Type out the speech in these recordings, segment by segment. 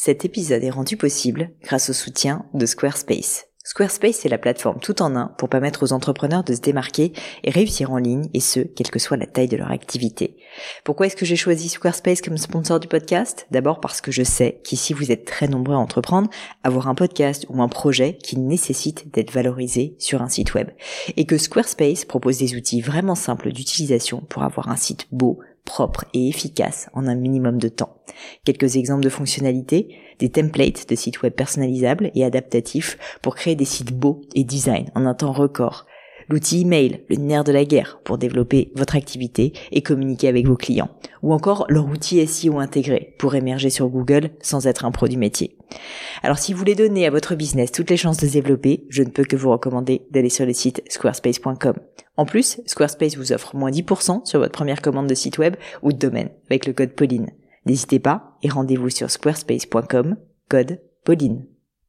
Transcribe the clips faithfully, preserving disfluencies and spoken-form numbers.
Cet épisode est rendu possible grâce au soutien de Squarespace. Squarespace est la plateforme tout en un pour permettre aux entrepreneurs de se démarquer et réussir en ligne, et ce, quelle que soit la taille de leur activité. Pourquoi est-ce que j'ai choisi Squarespace comme sponsor du podcast ? D'abord parce que je sais qu'ici vous êtes très nombreux à entreprendre, avoir un podcast ou un projet qui nécessite d'être valorisé sur un site web. Et que Squarespace propose des outils vraiment simples d'utilisation pour avoir un site beau, propre et efficace en un minimum de temps. Quelques exemples de fonctionnalités, des templates de sites web personnalisables et adaptatifs pour créer des sites beaux et design en un temps record. L'outil email, le nerf de la guerre pour développer votre activité et communiquer avec vos clients. Ou encore leur outil S E O intégré pour émerger sur Google sans être un pro du métier. Alors si vous voulez donner à votre business toutes les chances de se développer, je ne peux que vous recommander d'aller sur le site squarespace point com. En plus, Squarespace vous offre moins dix pour cent sur votre première commande de site web ou de domaine avec le code Pauline. N'hésitez pas et rendez-vous sur squarespace point com, code Pauline.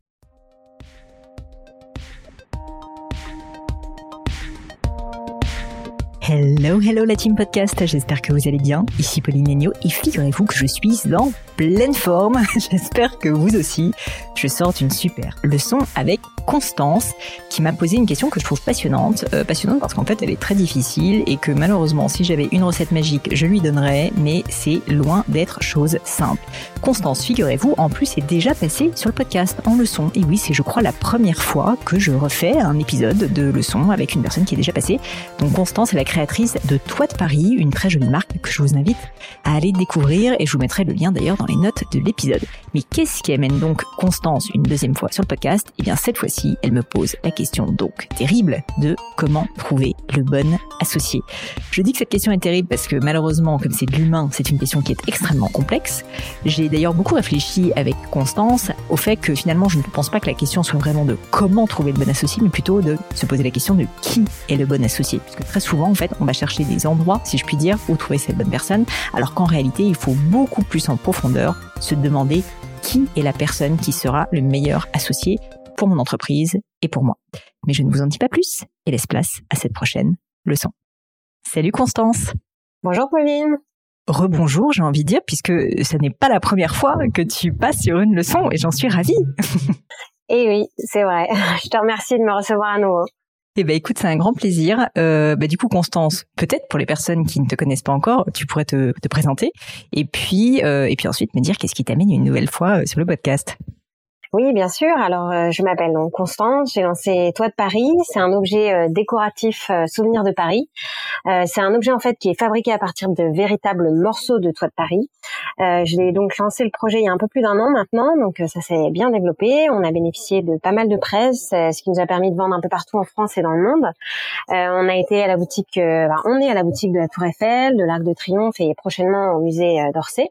Hello, hello la team podcast, j'espère que vous allez bien. Ici Pauline Agneau et figurez-vous que je suis en pleine forme. J'espère que vous aussi. Je sors d'une super leçon avec Constance qui m'a posé une question que je trouve passionnante. Euh, passionnante parce qu'en fait elle est très difficile et que malheureusement si j'avais une recette magique je lui donnerais, mais c'est loin d'être chose simple. Constance, figurez-vous, en plus est déjà passée sur le podcast en leçon. Et oui, c'est je crois la première fois que je refais un épisode de leçon avec une personne qui est déjà passée. Donc Constance est la créatrice de Toi de Paris, une très jolie marque que je vous invite à aller découvrir et je vous mettrai le lien d'ailleurs dans les notes de l'épisode. Mais qu'est-ce qui amène donc Constance une deuxième fois sur le podcast ? Eh bien cette fois-ci, elle me pose la question donc terrible de comment trouver le bon associé. Je dis que cette question est terrible parce que malheureusement, comme c'est de l'humain, c'est une question qui est extrêmement complexe. J'ai d'ailleurs beaucoup réfléchi avec Constance au fait que finalement je ne pense pas que la question soit vraiment de comment trouver le bon associé, mais plutôt de se poser la question de qui est le bon associé. Parce que très souvent en fait, on va chercher des endroits, si je puis dire, où trouver cette bonne personne, alors qu'en réalité, il faut beaucoup plus en profondeur se demander qui est la personne qui sera le meilleur associé pour mon entreprise et pour moi. Mais je ne vous en dis pas plus et laisse place à cette prochaine leçon. Salut Constance. Bonjour Pauline. Rebonjour, j'ai envie de dire, puisque ce n'est pas la première fois que tu passes sur une leçon et j'en suis ravie. Eh oui, c'est vrai. Je te remercie de me recevoir à nouveau. Eh ben écoute, c'est un grand plaisir. Euh, bah, du coup, Constance, peut-être pour les personnes qui ne te connaissent pas encore, tu pourrais te, te présenter et puis euh, et puis ensuite me dire qu'est-ce qui t'amène une nouvelle fois sur le podcast. Oui, bien sûr. Alors, euh, je m'appelle donc Constance. J'ai lancé Toi de Paris. C'est un objet euh, décoratif euh, souvenir de Paris. Euh, c'est un objet en fait qui est fabriqué à partir de véritables morceaux de Toit de Paris. Euh, j'ai donc lancé le projet il y a un peu plus d'un an maintenant, donc euh, ça s'est bien développé. On a bénéficié de pas mal de presse, euh, ce qui nous a permis de vendre un peu partout en France et dans le monde. Euh, on a été à la boutique, euh, bah, on est à la boutique de la Tour Eiffel, de l'Arc de Triomphe et prochainement au musée euh, d'Orsay.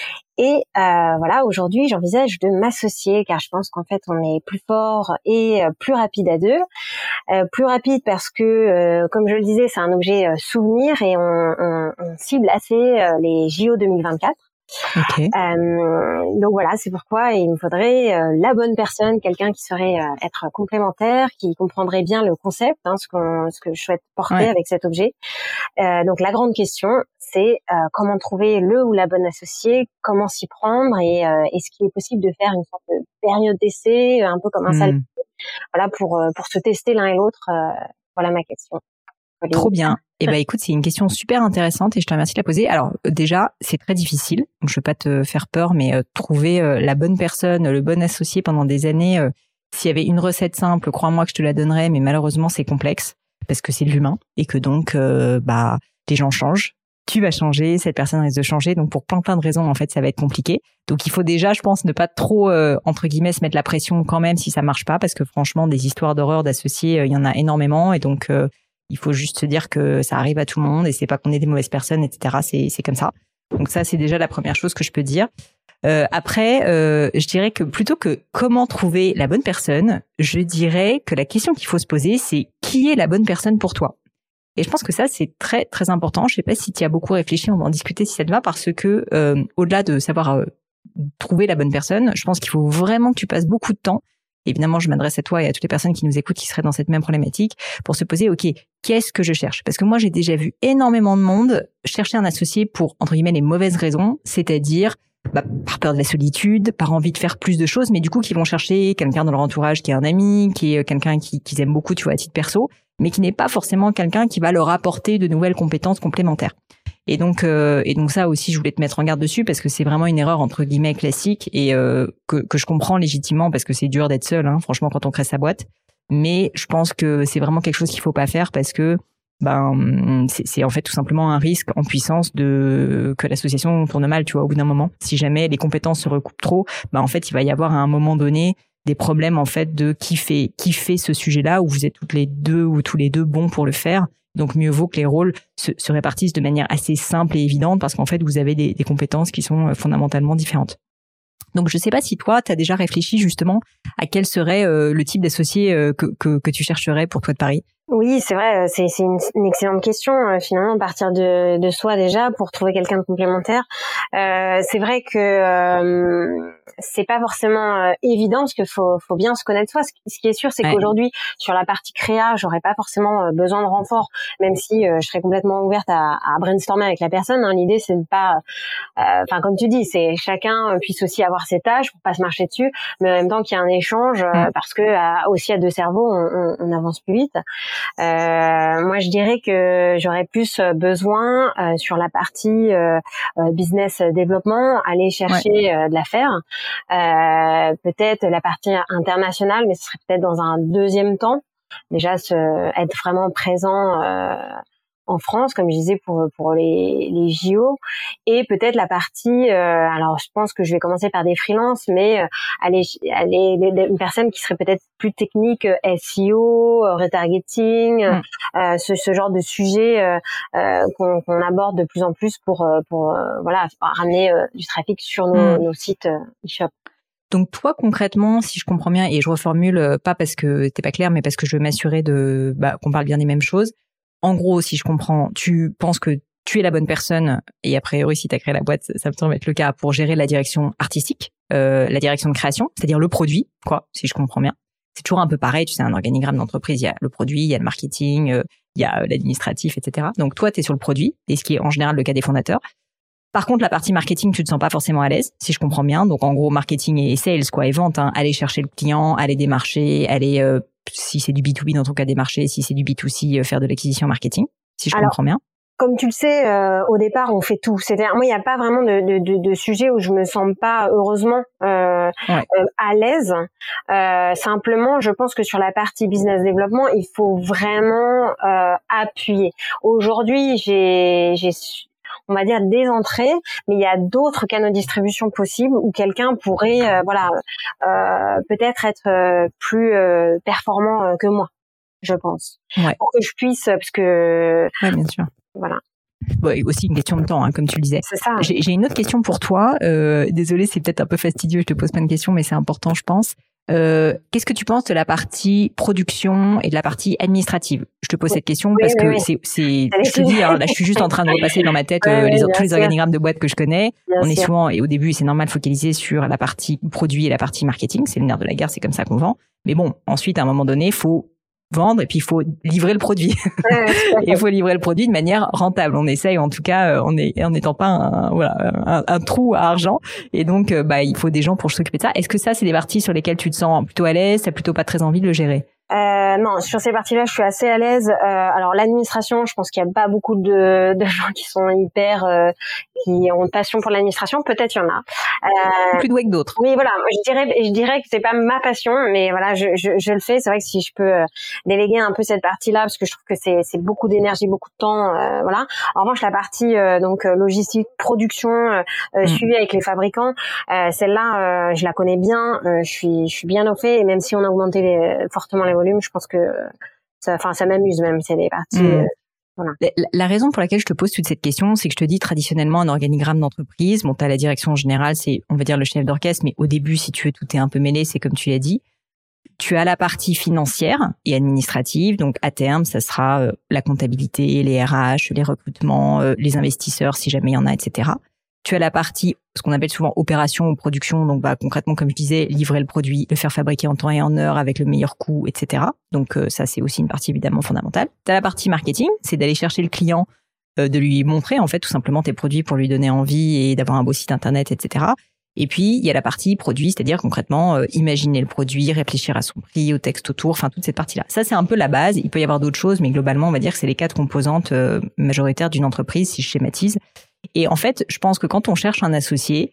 Et euh, voilà, aujourd'hui, j'envisage de m'associer car je pense qu'en fait, on est plus fort et euh, plus rapide à deux. Euh, plus rapide parce que, euh, comme je le disais, c'est un objet euh, souvenir et on, on, on cible assez euh, les J O deux mille vingt-quatre. Okay. Euh, donc voilà, c'est pourquoi il me faudrait euh, la bonne personne, quelqu'un qui saurait euh, être complémentaire, qui comprendrait bien le concept, hein, ce, qu'on, ce que je souhaite porter ouais. avec cet objet. Euh, donc la grande question, c'est euh, comment trouver le ou la bonne associée, comment s'y prendre et euh, est-ce qu'il est possible de faire une sorte de période d'essai, un peu comme un mmh. salarié, voilà pour pour se tester l'un et l'autre. Euh, voilà ma question. Trop bien. Eh ben, écoute, c'est une question super intéressante et je te remercie de la poser. Alors, déjà, c'est très difficile. Donc, je veux pas te faire peur, mais euh, trouver euh, la bonne personne, le bon associé pendant des années, euh, s'il y avait une recette simple, crois-moi que je te la donnerais, mais malheureusement, c'est complexe parce que c'est de l'humain et que donc, euh, bah, les gens changent. Tu vas changer, cette personne risque de changer. Donc, pour plein, plein de raisons, en fait, ça va être compliqué. Donc, il faut déjà, je pense, ne pas trop, euh, entre guillemets, se mettre la pression quand même si ça marche pas parce que franchement, des histoires d'horreur d'associés, euh, il y en a énormément et donc, euh, il faut juste se dire que ça arrive à tout le monde et c'est pas qu'on est des mauvaises personnes, et cetera. C'est, c'est comme ça. Donc ça, c'est déjà la première chose que je peux dire. Euh, après, euh, je dirais que plutôt que comment trouver la bonne personne, je dirais que la question qu'il faut se poser, c'est qui est la bonne personne pour toi. Et je pense que ça, c'est très, très important. Je sais pas si tu y as beaucoup réfléchi, on va en discuter si ça te va, parce que euh, au-delà de savoir euh, trouver la bonne personne, je pense qu'il faut vraiment que tu passes beaucoup de temps. Évidemment, je m'adresse à toi et à toutes les personnes qui nous écoutent qui seraient dans cette même problématique pour se poser, OK, qu'est-ce que je cherche ? Parce que moi, j'ai déjà vu énormément de monde chercher un associé pour, entre guillemets, les mauvaises raisons, c'est-à-dire bah, par peur de la solitude, par envie de faire plus de choses, mais du coup qui vont chercher quelqu'un dans leur entourage qui est un ami, qui est quelqu'un qui qu'ils aiment beaucoup, tu vois, à titre perso, mais qui n'est pas forcément quelqu'un qui va leur apporter de nouvelles compétences complémentaires. Et donc, euh, et donc ça aussi, je voulais te mettre en garde dessus parce que c'est vraiment une erreur entre guillemets classique et euh, que, que je comprends légitimement parce que c'est dur d'être seul, hein, franchement, quand on crée sa boîte. Mais je pense que c'est vraiment quelque chose qu'il faut pas faire parce que ben c'est, c'est en fait tout simplement un risque en puissance de que l'association tourne mal, tu vois, au bout d'un moment. Si jamais les compétences se recoupent trop, ben en fait il va y avoir à un moment donné des problèmes en fait de qui fait qui fait ce sujet-là où vous êtes toutes les deux ou tous les deux bons pour le faire. Donc mieux vaut que les rôles se, se répartissent de manière assez simple et évidente parce qu'en fait vous avez des, des compétences qui sont fondamentalement différentes. Donc je sais pas si toi tu as déjà réfléchi justement à quel serait euh, le type d'associé euh, que, que que tu chercherais pour Toi de Paris. Oui, c'est vrai, c'est, c'est une, une excellente question, euh, finalement, à partir de, de soi déjà, pour trouver quelqu'un de complémentaire. Euh, c'est vrai que euh, c'est pas forcément euh, évident, parce qu'il faut, faut bien se connaître soi. Ce, ce qui est sûr, c'est ouais. qu'aujourd'hui, sur la partie créa, j'aurais pas forcément euh, besoin de renfort, même si euh, je serais complètement ouverte à, à brainstormer avec la personne. Hein. L'idée, c'est de pas... Enfin, euh, comme tu dis, c'est chacun puisse aussi avoir ses tâches pour pas se marcher dessus, mais en même temps qu'il y a un échange, euh, mmh. parce que à, aussi à deux cerveaux, on, on, on avance plus vite. Euh, moi, je dirais que j'aurais plus besoin euh, sur la partie euh, business développement, aller chercher ouais. euh, de l'affaire. Euh, peut-être la partie internationale, mais ce serait peut-être dans un deuxième temps. Déjà, se, être vraiment présent euh, en France, comme je disais, pour pour les, les J O, et peut-être la partie. Euh, alors, je pense que je vais commencer par des freelances, mais euh, aller aller une personne qui serait peut-être plus technique, S E O, retargeting, mmh. euh, ce ce genre de sujet euh, euh, qu'on, qu'on aborde de plus en plus pour pour euh, voilà ramener euh, du trafic sur nos, mmh. nos sites euh, e-shop. Donc toi concrètement, si je comprends bien, et je reformule pas parce que t'es pas clair, mais parce que je veux m'assurer de bah, qu'on parle bien des mêmes choses. En gros, si je comprends, tu penses que tu es la bonne personne, et a priori, si tu as créé la boîte, ça me semble être le cas, pour gérer la direction artistique, euh, la direction de création, c'est-à-dire le produit, quoi, si je comprends bien. C'est toujours un peu pareil, tu sais, un organigramme d'entreprise, il y a le produit, il y a le marketing, euh, il y a l'administratif, et cetera. Donc toi, tu es sur le produit, et ce qui est en général le cas des fondateurs. Par contre, la partie marketing, tu te sens pas forcément à l'aise, si je comprends bien. Donc en gros, marketing et sales, quoi, et vente, hein, aller chercher le client, aller démarcher, aller... Euh, si c'est du B deux B dans ton cas démarcher, si c'est du B deux C faire de l'acquisition marketing, si je Alors, comprends bien. Comme tu le sais, euh, au départ on fait tout. C'est-à-dire moi il n'y a pas vraiment de, de, de, de sujet où je me sens pas heureusement euh, ouais. euh, à l'aise. Euh, simplement, je pense que sur la partie business développement, il faut vraiment euh, appuyer. Aujourd'hui, j'ai j'ai on va dire des entrées, mais il y a d'autres canaux de distribution possibles où quelqu'un pourrait, euh, voilà, euh, peut-être être euh, plus euh, performant euh, que moi, je pense, ouais. pour que je puisse, parce que, ouais, bien sûr, voilà. Bon, et aussi une question de temps, hein, comme tu le disais. C'est ça. J'ai, j'ai une autre question pour toi. Euh, désolée, c'est peut-être un peu fastidieux, je te pose plein de questions, mais c'est important, je pense. Euh, qu'est-ce que tu penses de la partie production et de la partie administrative? Je te pose oui. cette question parce oui, que oui. c'est, c'est, je te dis, hein, là, je suis juste en train de repasser dans ma tête euh, oui, les, tous les organigrammes de boîtes que je connais. Bien on sûr. Est souvent, et au début, c'est normal, focalisé sur la partie produit et la partie marketing. C'est le nerf de la guerre, c'est comme ça qu'on vend. Mais bon, ensuite, à un moment donné, il faut vendre et puis il faut livrer le produit. Ouais, et il faut livrer le produit de manière rentable. On essaye, en tout cas, on est en n'étant pas un, voilà, un, un trou à argent. Et donc, bah, il faut des gens pour s'occuper de ça. Est-ce que ça, c'est des parties sur lesquelles tu te sens plutôt à l'aise? T'as plutôt pas très envie de le gérer? Euh, non, sur ces parties-là, je suis assez à l'aise. Euh, alors l'administration, je pense qu'il y a pas beaucoup de, de gens qui sont hyper, euh, qui ont une passion pour l'administration. Peut-être il y en a. Euh, plus doué que d'autres. Oui, voilà. Je dirais, je dirais que c'est pas ma passion, mais voilà, je, je, je le fais. C'est vrai que si je peux déléguer un peu cette partie-là, parce que je trouve que c'est, c'est beaucoup d'énergie, beaucoup de temps, euh, voilà. En revanche, la partie euh, donc logistique, production, euh, mmh. suivi avec les fabricants, euh, celle-là, euh, je la connais bien. Euh, je suis, je suis bien au fait. Et même si on a augmenté les, fortement les volume, je pense que ça, enfin, ça m'amuse même, c'est des parties. Mmh. Euh, voilà. La, la raison pour laquelle je te pose toute cette question, c'est que je te dis traditionnellement un organigramme d'entreprise. Bon, t'as la direction générale, c'est, on va dire, le chef d'orchestre, mais au début, si tu veux, tout est un peu mêlé, c'est comme tu l'as dit. Tu as la partie financière et administrative, donc à terme, ça sera euh, la comptabilité, les R H, les recrutements, euh, les investisseurs, si jamais il y en a, et cetera. Tu as la partie, ce qu'on appelle souvent opération ou production, donc bah concrètement, comme je disais, livrer le produit, le faire fabriquer en temps et en heure avec le meilleur coût, et cetera. Donc euh, ça, c'est aussi une partie évidemment fondamentale. Tu as la partie marketing, c'est d'aller chercher le client euh, de lui montrer en fait tout simplement tes produits pour lui donner envie et d'avoir un beau site internet, et cetera. Et puis, il y a la partie produit, c'est-à-dire concrètement, euh, imaginer le produit, réfléchir à son prix, au texte autour, enfin toute cette partie-là. Ça, c'est un peu la base. Il peut y avoir d'autres choses, mais globalement, on va dire que c'est les quatre composantes euh, majoritaires d'une entreprise, si je schématise. Et en fait, je pense que quand on cherche un associé,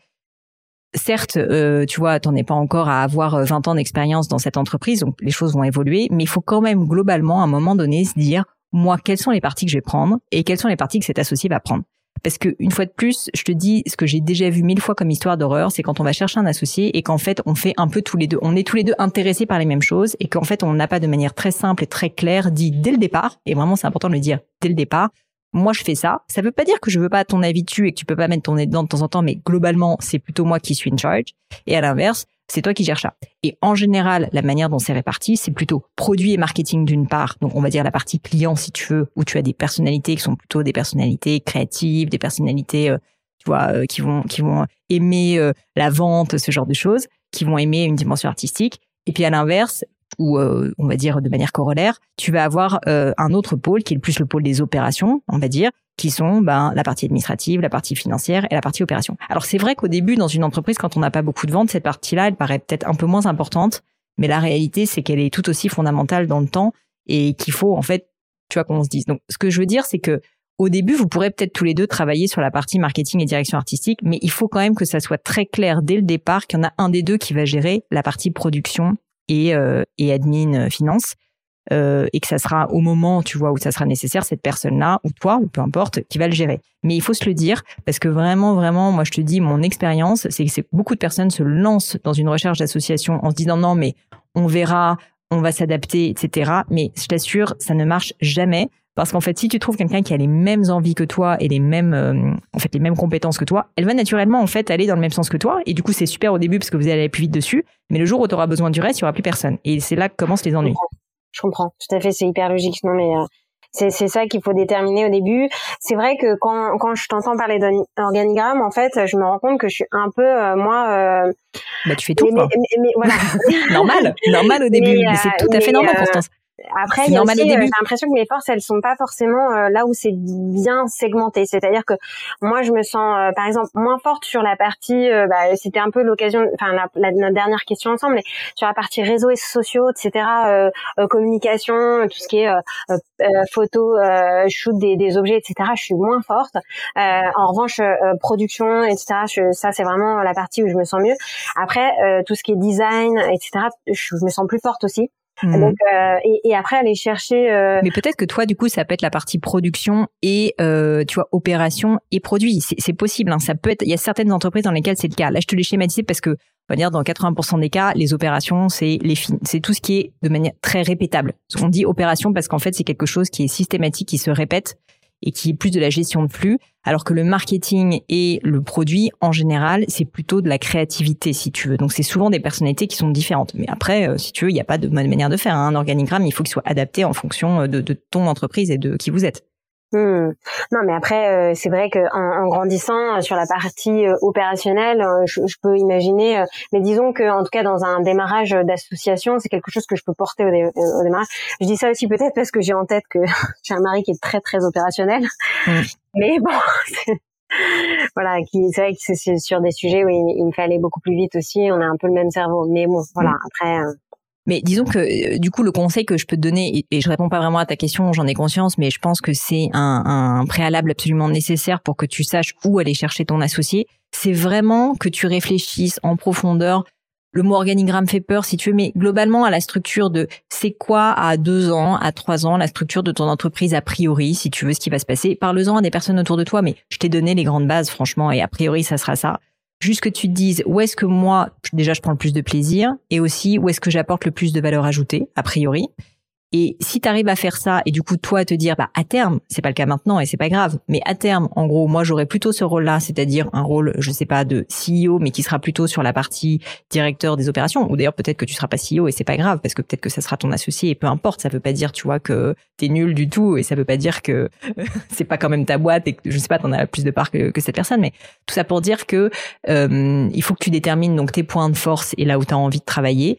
certes, euh, tu vois, t'en es pas encore à avoir vingt ans d'expérience dans cette entreprise, donc les choses vont évoluer, mais il faut quand même globalement, à un moment donné, se dire, moi, quelles sont les parties que je vais prendre et quelles sont les parties que cet associé va prendre. Parce que une fois de plus, je te dis, ce que j'ai déjà vu mille fois comme histoire d'horreur, c'est quand on va chercher un associé et qu'en fait, on fait un peu tous les deux. On est tous les deux intéressés par les mêmes choses et qu'en fait, on n'a pas de manière très simple et très claire dit dès le départ, et vraiment, c'est important de le dire dès le départ, moi, je fais ça. Ça veut pas dire que je veux pas ton avis dessus et que tu peux pas mettre ton nez dedans de temps en temps, mais globalement, c'est plutôt moi qui suis in charge. Et à l'inverse, c'est toi qui gères ça. Et en général, la manière dont c'est réparti, c'est plutôt produit et marketing d'une part. Donc, on va dire la partie client, si tu veux, où tu as des personnalités qui sont plutôt des personnalités créatives, des personnalités, euh, tu vois, euh, qui vont qui vont aimer euh, la vente, ce genre de choses, qui vont aimer une dimension artistique. Et puis à l'inverse, ou euh, on va dire de manière corollaire, tu vas avoir euh, un autre pôle qui est le plus le pôle des opérations, on va dire, qui sont ben la partie administrative, la partie financière et la partie opération. Alors c'est vrai qu'au début, dans une entreprise, quand on n'a pas beaucoup de ventes, cette partie-là, elle paraît peut-être un peu moins importante, mais la réalité, c'est qu'elle est tout aussi fondamentale dans le temps et qu'il faut en fait, tu vois, qu'on se dise. Donc ce que je veux dire, c'est que au début, vous pourrez peut-être tous les deux travailler sur la partie marketing et direction artistique, mais il faut quand même que ça soit très clair dès le départ qu'il y en a un des deux qui va gérer la partie production et euh, et admin euh, finance euh, et que ça sera au moment, tu vois, où ça sera nécessaire, cette personne-là ou toi ou peu importe qui va le gérer. Mais il faut se le dire parce que vraiment vraiment moi je te dis mon expérience, c'est que c'est beaucoup de personnes se lancent dans une recherche d'association en se disant non mais on verra, on va s'adapter, et cetera. Mais je t'assure, ça ne marche jamais. Parce qu'en fait, si tu trouves quelqu'un qui a les mêmes envies que toi et les mêmes, euh, en fait, les mêmes compétences que toi, elle va naturellement, en fait, aller dans le même sens que toi. Et du coup, c'est super au début parce que vous allez aller plus vite dessus. Mais le jour où tu auras besoin du reste, il y aura plus personne. Et c'est là que commencent les ennuis. Je comprends. Tout à fait. C'est hyper logique. Non, mais, euh, c'est, c'est ça qu'il faut déterminer au début. C'est vrai que quand, quand je t'entends parler d'organigramme, en fait, je me rends compte que je suis un peu, euh, moi, euh, bah, tu fais tout, mais, quoi. Mais, mais, mais voilà. normal. Normal au début. Mais, euh, mais c'est tout à fait mais, normal, euh, Constance. Après, il y a aussi, euh, j'ai l'impression que mes forces, elles sont pas forcément euh, là où c'est bien segmenté. C'est-à-dire que moi, je me sens, euh, par exemple, moins forte sur la partie. Euh, bah, c'était un peu l'occasion, enfin la, la, notre dernière question ensemble, mais sur la partie réseaux et sociaux, et cetera. Euh, euh, communication, tout ce qui est euh, euh, photo, euh, shoot des, des objets, et cetera. Je suis moins forte. Euh, en revanche, euh, production, et cetera. Je, ça, c'est vraiment la partie où je me sens mieux. Après, euh, tout ce qui est design, et cetera. Je, je me sens plus forte aussi. Mmh. Donc euh, et, et après aller chercher. Euh... Mais peut-être que toi, du coup, ça peut être la partie production et euh, tu vois opération et produit. C'est, c'est possible. Hein. Ça peut être. Il y a certaines entreprises dans lesquelles c'est le cas. Là, je te l'ai schématisé parce que on va dire dans quatre-vingts pour cent des cas, les opérations, c'est les fin... c'est tout ce qui est de manière très répétable. On dit opération parce qu'en fait, c'est quelque chose qui est systématique, qui se répète et qui est plus de la gestion de flux, alors que le marketing et le produit, en général, c'est plutôt de la créativité, si tu veux. Donc, c'est souvent des personnalités qui sont différentes. Mais après, euh, si tu veux, il n'y a pas de manière de faire. Hein. Un organigramme, il faut qu'il soit adapté en fonction de, de ton entreprise et de qui vous êtes. Mmh. Non, mais après, euh, c'est vrai que en, en grandissant euh, sur la partie euh, opérationnelle, euh, je, je peux imaginer. Euh, mais disons que, en tout cas, dans un démarrage d'association, c'est quelque chose que je peux porter au, dé, au démarrage. Je dis ça aussi peut-être parce que j'ai en tête que j'ai un mari qui est très très opérationnel. Mmh. Mais bon, c'est, voilà, qui c'est vrai que c'est, c'est sur des sujets où il, il me fallait beaucoup plus vite aussi. On a un peu le même cerveau. Mais bon, voilà. Mmh. Après. Euh, Mais disons que du coup le conseil que je peux te donner, et, et je réponds pas vraiment à ta question, j'en ai conscience, mais je pense que c'est un, un préalable absolument nécessaire pour que tu saches où aller chercher ton associé, c'est vraiment que tu réfléchisses en profondeur. Le mot organigramme fait peur si tu veux, mais globalement à la structure de c'est quoi à deux ans, à trois ans, la structure de ton entreprise a priori, si tu veux, ce qui va se passer. Parle-en à des personnes autour de toi, mais je t'ai donné les grandes bases franchement, et a priori ça sera ça. Juste que tu te dises où est-ce que moi, déjà, je prends le plus de plaisir et aussi où est-ce que j'apporte le plus de valeur ajoutée, a priori. Et si tu arrives à faire ça et du coup, toi, te dire, bah à terme, c'est pas le cas maintenant et c'est pas grave, mais à terme, en gros, moi, j'aurais plutôt ce rôle-là, c'est-à-dire un rôle, je sais pas, de C E O, mais qui sera plutôt sur la partie directeur des opérations. Ou d'ailleurs, peut-être que tu seras pas C E O et c'est pas grave parce que peut-être que ça sera ton associé et peu importe. Ça veut pas dire, tu vois, que t'es nul du tout et ça veut pas dire que c'est pas quand même ta boîte et que, je sais pas, t'en as plus de part que, que cette personne. Mais tout ça pour dire que euh, il faut que tu détermines donc tes points de force et là où t'as envie de travailler.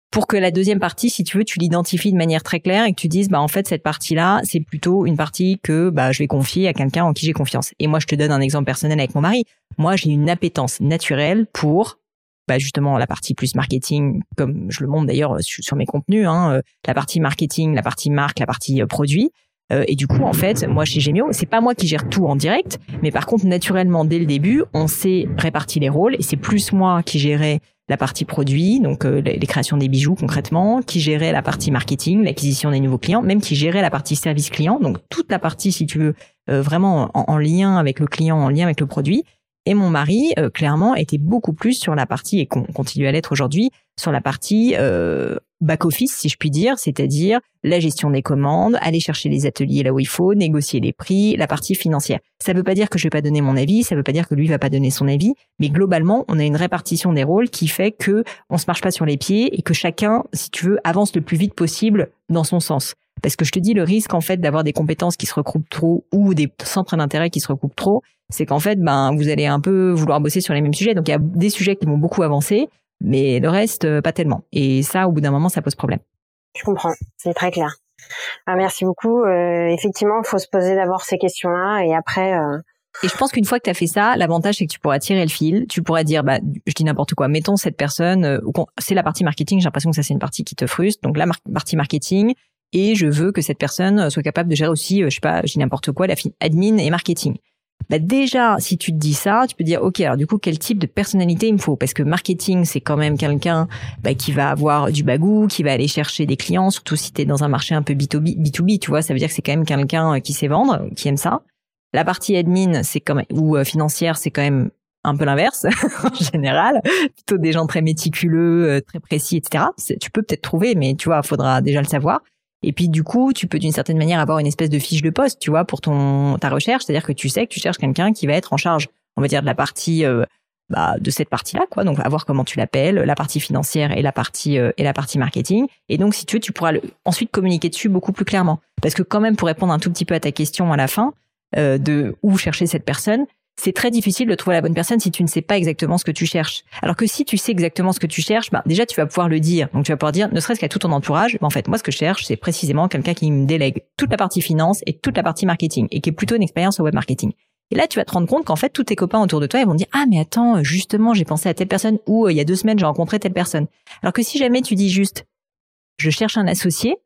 pour que la deuxième partie, si tu veux, tu l'identifies de manière très claire et que tu dises, bah en fait cette partie-là, c'est plutôt une partie que bah je vais confier à quelqu'un en qui j'ai confiance. Et moi, je te donne un exemple personnel avec mon mari. Moi, j'ai une appétence naturelle pour bah justement la partie plus marketing, comme je le montre d'ailleurs sur, sur mes contenus, hein, la partie marketing, la partie marque, la partie euh, produit. Euh, et du coup, en fait, moi chez Gemio, c'est pas moi qui gère tout en direct, mais par contre, naturellement, dès le début, on s'est réparti les rôles et c'est plus moi qui gérais la partie produit, donc euh, les créations des bijoux concrètement, qui gérait la partie marketing, l'acquisition des nouveaux clients, même qui gérait la partie service client, donc toute la partie, si tu veux, euh, vraiment en, en lien avec le client, en lien avec le produit. Et mon mari, euh, clairement, était beaucoup plus sur la partie, et qu'on continue à l'être aujourd'hui, sur la partie euh, back-office, si je puis dire, c'est-à-dire la gestion des commandes, aller chercher les ateliers là où il faut, négocier les prix, la partie financière. Ça veut pas dire que je vais pas donner mon avis, ça veut pas dire que lui va pas donner son avis, mais globalement, on a une répartition des rôles qui fait que on se marche pas sur les pieds et que chacun, si tu veux, avance le plus vite possible dans son sens. Parce que je te dis, le risque, en fait, d'avoir des compétences qui se recoupent trop ou des centres d'intérêt qui se recoupent trop, c'est qu'en fait, ben, vous allez un peu vouloir bosser sur les mêmes sujets. Donc, il y a des sujets qui vont beaucoup avancer, mais le reste, pas tellement. Et ça, au bout d'un moment, ça pose problème. Je comprends. C'est très clair. Ah, merci beaucoup. Euh, effectivement, il faut se poser d'abord ces questions-là et après... Euh... Et je pense qu'une fois que tu as fait ça, l'avantage, c'est que tu pourras tirer le fil. Tu pourras dire, bah, je dis n'importe quoi. Mettons cette personne, euh, c'est la partie marketing. J'ai l'impression que ça, c'est une partie qui te frustre. Donc, la mar- partie marketing. Et je veux que cette personne soit capable de gérer aussi, euh, je sais pas, je dis n'importe quoi, la fin- admin et marketing. Bah déjà, si tu te dis ça, tu peux dire, ok, alors du coup, quel type de personnalité il me faut? Parce que marketing, c'est quand même quelqu'un bah, qui va avoir du bagou, qui va aller chercher des clients, surtout si tu es dans un marché un peu B deux B, B deux B, tu vois, ça veut dire que c'est quand même quelqu'un qui sait vendre, qui aime ça. La partie admin, c'est quand même, ou euh, financière, c'est quand même un peu l'inverse, en général. Plutôt des gens très méticuleux, euh, très précis, et cetera. C'est, tu peux peut-être trouver, mais tu vois, faudra déjà le savoir. Et puis du coup, tu peux d'une certaine manière avoir une espèce de fiche de poste, tu vois, pour ton ta recherche, c'est-à-dire que tu sais que tu cherches quelqu'un qui va être en charge, on va dire de la partie euh, bah de cette partie-là, quoi. Donc à voir comment tu l'appelles, la partie financière et la partie euh, et la partie marketing. Et donc si tu veux, tu pourras le, ensuite communiquer dessus beaucoup plus clairement, parce que quand même pour répondre un tout petit peu à ta question à la fin euh, de où chercher cette personne. C'est très difficile de trouver la bonne personne si tu ne sais pas exactement ce que tu cherches. Alors que si tu sais exactement ce que tu cherches, bah déjà tu vas pouvoir le dire. Donc tu vas pouvoir dire, ne serait-ce qu'à tout ton entourage, bah en fait moi ce que je cherche c'est précisément quelqu'un qui me délègue toute la partie finance et toute la partie marketing et qui est plutôt une expérience au web marketing. Et là tu vas te rendre compte qu'en fait tous tes copains autour de toi ils vont dire ah mais attends justement j'ai pensé à telle personne ou euh, il y a deux semaines j'ai rencontré telle personne. Alors que si jamais tu dis juste je cherche un associé,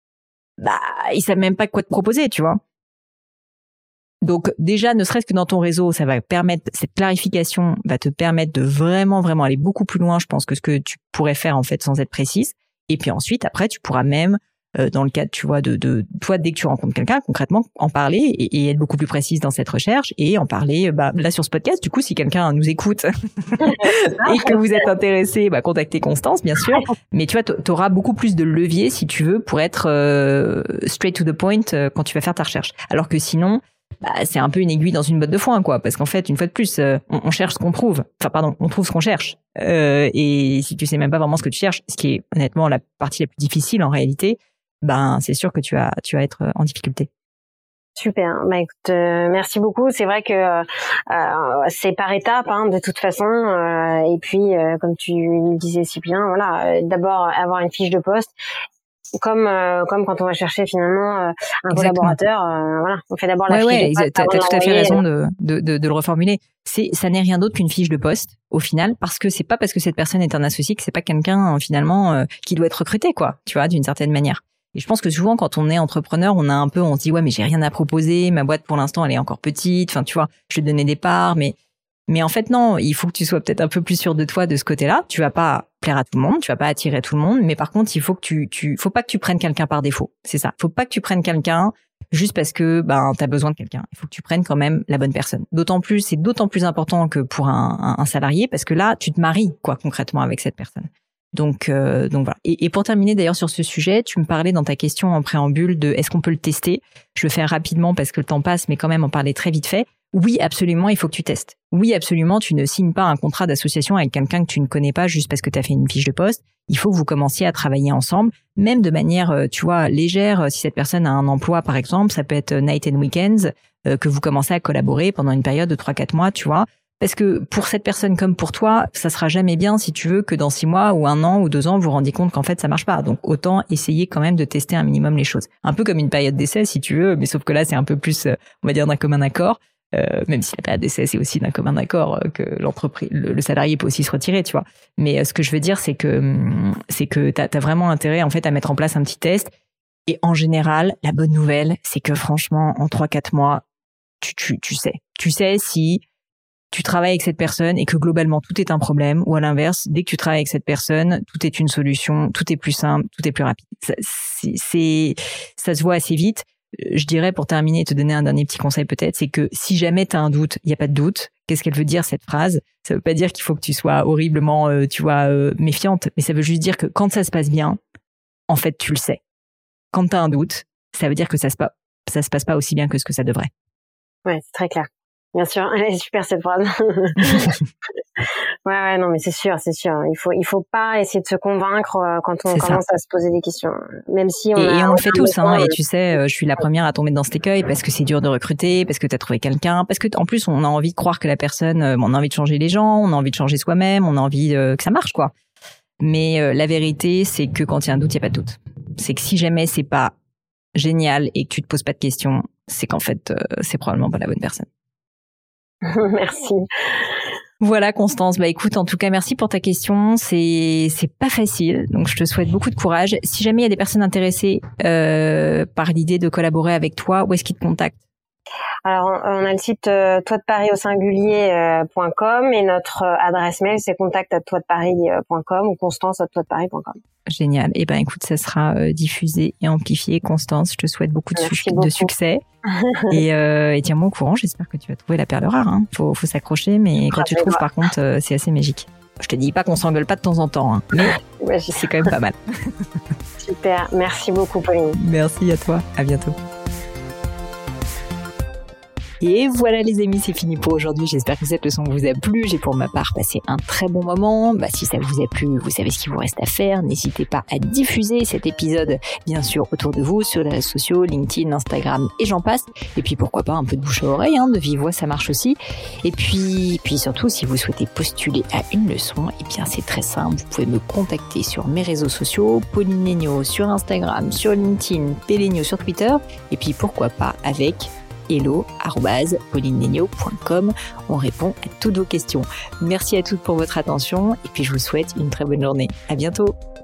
bah ils savent même pas quoi te proposer, tu vois. Donc déjà, ne serait-ce que dans ton réseau, ça va permettre, cette clarification va te permettre de vraiment, vraiment aller beaucoup plus loin, je pense, que ce que tu pourrais faire en fait sans être précise. Et puis ensuite, après, tu pourras même, euh, dans le cadre, tu vois, de, de toi, dès que tu rencontres quelqu'un, concrètement, en parler et, et être beaucoup plus précise dans cette recherche et en parler, bah, là sur ce podcast. Du coup, si quelqu'un nous écoute et que vous êtes intéressé, bah, contactez Constance, bien sûr. Mais tu vois, t'auras beaucoup plus de levier, si tu veux, pour être euh, straight to the point euh, quand tu vas faire ta recherche. Alors que sinon, bah, c'est un peu une aiguille dans une botte de foin, quoi. Parce qu'en fait, une fois de plus, euh, on, on cherche ce qu'on trouve. Enfin, pardon, on trouve ce qu'on cherche. Euh, et si tu sais même pas vraiment ce que tu cherches, ce qui est honnêtement la partie la plus difficile en réalité, ben c'est sûr que tu vas, tu vas être en difficulté. Super. Bah écoute, euh, merci beaucoup. C'est vrai que euh, c'est par étapes, hein, de toute façon. Euh, et puis, euh, comme tu le disais si bien, voilà, euh, d'abord avoir une fiche de poste. Comme euh, comme quand on va chercher finalement euh, un Exactement. collaborateur, euh, voilà, on fait d'abord la ouais, fiche ouais, de poste. T'as, t'as tout à fait raison de, de de de le reformuler. C'est ça n'est rien d'autre qu'une fiche de poste au final, parce que c'est pas parce que cette personne est un associé que c'est pas quelqu'un finalement euh, qui doit être recruté, quoi. Tu vois, d'une certaine manière. Et je pense que souvent quand on est entrepreneur, on a un peu, on se dit ouais mais j'ai rien à proposer, ma boîte pour l'instant elle est encore petite. Enfin tu vois, je vais te donner des parts, mais Mais en fait, non, il faut que tu sois peut-être un peu plus sûr de toi de ce côté-là. Tu vas pas plaire à tout le monde, tu vas pas attirer tout le monde, mais par contre, il faut que tu, tu, faut pas que tu prennes quelqu'un par défaut. C'est ça. Faut pas que tu prennes quelqu'un juste parce que, ben, t'as besoin de quelqu'un. Il faut que tu prennes quand même la bonne personne. D'autant plus, c'est d'autant plus important que pour un, un, un salarié parce que là, tu te maries, quoi, concrètement avec cette personne. Donc, euh, donc voilà. Et, et pour terminer d'ailleurs sur ce sujet, tu me parlais dans ta question en préambule de est-ce qu'on peut le tester? Je le fais rapidement parce que le temps passe, mais quand même en parler très vite fait. Oui, absolument, il faut que tu testes. Oui, absolument, tu ne signes pas un contrat d'association avec quelqu'un que tu ne connais pas juste parce que tu as fait une fiche de poste. Il faut que vous commenciez à travailler ensemble, même de manière, tu vois, légère. Si cette personne a un emploi, par exemple, ça peut être night and weekends, euh, que vous commencez à collaborer pendant une période de trois quatre mois, tu vois. Parce que pour cette personne comme pour toi, ça sera jamais bien si tu veux que dans six mois ou un an ou deux ans, vous vous rendiez compte qu'en fait ça marche pas. Donc autant essayer quand même de tester un minimum les choses. Un peu comme une période d'essai si tu veux, mais sauf que là c'est un peu plus, on va dire, d'un commun accord. Euh, même si la période d'essai c'est aussi d'un commun accord euh, que l'entreprise, le, le salarié peut aussi se retirer, tu vois. Mais euh, ce que je veux dire c'est que c'est que t'as, t'as vraiment intérêt en fait à mettre en place un petit test. Et en général, la bonne nouvelle, c'est que franchement, en trois quatre mois, tu tu tu sais, tu sais si tu travailles avec cette personne et que globalement tout est un problème, ou à l'inverse, dès que tu travailles avec cette personne, tout est une solution, tout est plus simple, tout est plus rapide. Ça, c'est, c'est, ça se voit assez vite. Je dirais, pour terminer et te donner un dernier petit conseil peut-être, c'est que si jamais tu as un doute, il n'y a pas de doute. Qu'est-ce qu'elle veut dire cette phrase ? Ça veut pas dire qu'il faut que tu sois horriblement, euh, tu vois, euh, méfiante, mais ça veut juste dire que quand ça se passe bien, en fait, tu le sais. Quand tu as un doute, ça veut dire que ça se, pa- ça se passe pas aussi bien que ce que ça devrait. Ouais, c'est très clair. Bien sûr, elle est super cette phrase. ouais, ouais, non, mais c'est sûr, c'est sûr. Il faut, il faut pas essayer de se convaincre quand on c'est commence ça. À se poser des questions, même si on. Et, a, et on, on le fait tous, hein. Euh... Et tu sais, je suis la première à tomber dans cet écueil parce que c'est dur de recruter, parce que t'as trouvé quelqu'un, parce que en plus on a envie de croire que la personne, on a envie de changer les gens, on a envie de changer soi-même, on a envie euh, que ça marche, quoi. Mais euh, la vérité, c'est que quand il y a un doute, il y a pas de doute. C'est que si jamais c'est pas génial et que tu te poses pas de questions, c'est qu'en fait, euh, c'est probablement pas la bonne personne. Merci. Voilà Constance, bah écoute, en tout cas merci pour ta question, c'est c'est pas facile, donc je te souhaite beaucoup de courage. Si jamais il y a des personnes intéressées euh, par l'idée de collaborer avec toi, où est-ce qu'ils te contactent ? Alors on a le site euh, toi de paris au singulier point com et notre euh, adresse mail c'est contact arobase toi de paris point com ou constance arobase toi de paris point com. Génial. Eh ben écoute, ça sera euh, diffusé et amplifié. Constance, je te souhaite beaucoup de, su- beaucoup. de succès et, euh, et tiens-moi au courant. J'espère que tu vas trouver la perle rare. Hein. Faut, faut s'accrocher, mais quand ah, tu trouves, voir. Par contre, euh, c'est assez magique. Je te dis pas qu'on s'engueule pas de temps en temps, hein, mais ouais, c'est quand même pas mal. Super. Merci beaucoup, Pauline. Merci à toi. À bientôt. Et voilà les amis, c'est fini pour aujourd'hui. J'espère que cette leçon vous a plu. J'ai pour ma part passé un très bon moment. Bah, si ça vous a plu, vous savez ce qu'il vous reste à faire. N'hésitez pas à diffuser cet épisode, bien sûr, autour de vous, sur les réseaux sociaux, LinkedIn, Instagram et j'en passe. Et puis pourquoi pas un peu de bouche à oreille, hein, de vive voix, ça marche aussi. Et puis, puis surtout, si vous souhaitez postuler à une leçon, eh bien c'est très simple. Vous pouvez me contacter sur mes réseaux sociaux, Pauline Legnaud sur Instagram, sur LinkedIn, P Legnaud sur Twitter. Et puis pourquoi pas avec hello arobase pauline legnaud point com. On répond à toutes vos questions. Merci à toutes pour votre attention et puis je vous souhaite une très bonne journée. À bientôt.